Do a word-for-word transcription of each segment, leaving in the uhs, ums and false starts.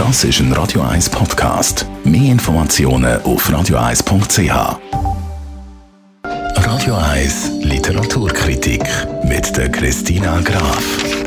Das ist ein Radio eins Podcast. Mehr Informationen auf radio eins punkt c h. Radio eins Literaturkritik mit der Christina Graf.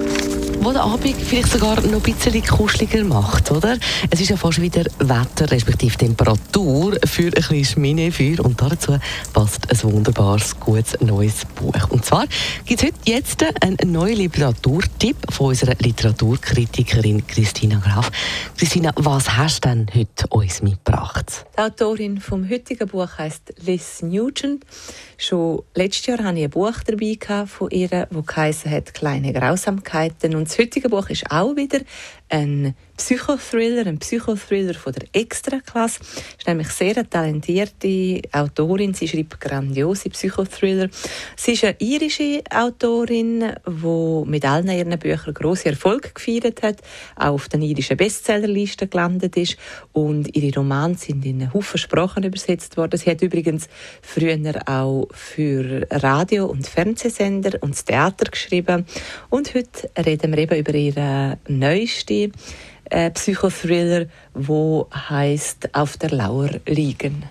Wo der Abend vielleicht sogar noch ein bisschen kuscheliger macht, oder? Es ist ja fast wieder Wetter, respektive Temperatur für ein bisschen Schminefeuer und dazu passt ein wunderbares, gutes, neues Buch. Und zwar gibt es heute jetzt einen neuen Literaturtipp von unserer Literaturkritikerin Christina Graf. Christina, was hast du denn heute uns mitgebracht? Die Autorin vom heutigen Buch heisst Liz Nugent. Schon letztes Jahr hatte ich ein Buch dabei von ihr, das geheissen hat «Kleine Grausamkeiten». Und das heutige Buch ist auch wieder ein Psychothriller, ein Psychothriller von der Extraklasse. Sie ist nämlich sehr eine talentierte Autorin. Sie schreibt grandiose Psychothriller. Sie ist eine irische Autorin, die mit allen ihren Büchern grossen Erfolg gefeiert hat, auch auf den irischen Bestsellerlisten gelandet ist. Und ihre Romane sind in Haufen Sprachen übersetzt worden. Sie hat übrigens früher auch für Radio- und Fernsehsender und das Theater geschrieben. Und heute reden wir eben über ihren neuesten Äh, Psychothriller, wo heisst «Auf der Lauer liegen».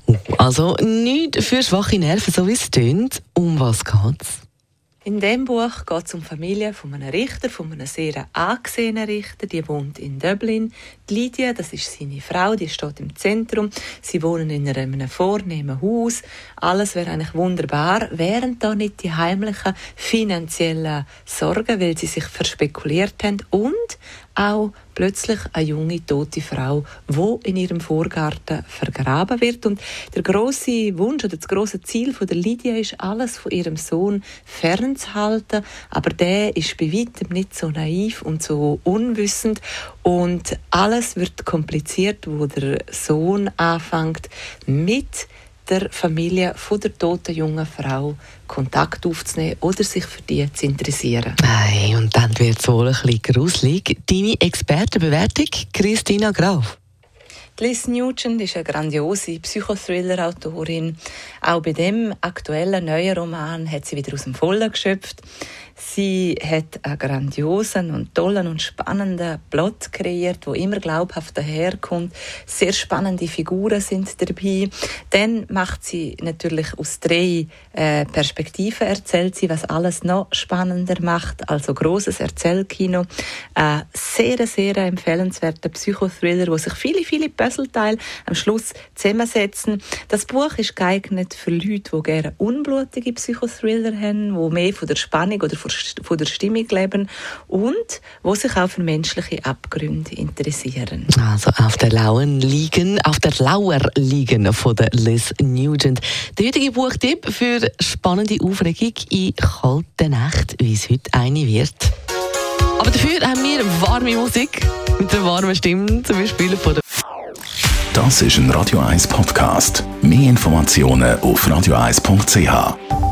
Also nichts für schwache Nerven, so wie es tönt. Um was geht's? In diesem Buch geht es um die Familie von einem Richter, von einem sehr angesehenen Richter. Die wohnt in Dublin. Die Lydia, das ist seine Frau, die steht im Zentrum. Sie wohnen in einem vornehmen Haus. Alles wäre eigentlich wunderbar, wären da nicht die heimlichen finanziellen Sorgen, weil sie sich verspekuliert haben und auch plötzlich eine junge, tote Frau, die in ihrem Vorgarten vergraben wird. Und der grosse Wunsch oder das grosse Ziel von der Lydia ist, alles von ihrem Sohn fernzuhalten. Aber der ist bei weitem nicht so naiv und so unwissend. Und alles wird kompliziert, wo der Sohn anfängt, mit der Familie von der toten jungen Frau Kontakt aufzunehmen oder sich für die zu interessieren. Nein, und dann wird es wohl ein bisschen gruselig. Deine Expertenbewertung, Christina Graf. Liz Nugent ist eine grandiose Psychothriller-Autorin. Auch bei dem aktuellen neuen Roman hat sie wieder aus dem Vollen geschöpft. Sie hat einen grandiosen und tollen und spannenden Plot kreiert, der immer glaubhaft daherkommt. Sehr spannende Figuren sind dabei. Dann macht sie natürlich aus drei äh, Perspektiven, erzählt sie, was alles noch spannender macht. Also grosses Erzählkino. Ein sehr, sehr empfehlenswerter Psychothriller, wo sich viele, viele Puzzleteile am Schluss zusammensetzen. Das Buch ist geeignet für Leute, die gerne unblutige Psychothriller haben, die mehr von der Spannung oder von der Stimmung leben und die sich auch für menschliche Abgründe interessieren. Also auf der Lauer liegen, auf der Lauer liegen von der Liz Nugent. Der heutige Buchtipp für spannende Aufregung in kalten Nächten, wie es heute eine wird. Aber dafür haben wir warme Musik mit einer warmen Stimme, zum Beispiel von der. Das ist ein Radio eins Podcast. Mehr Informationen auf radio eins punkt c h.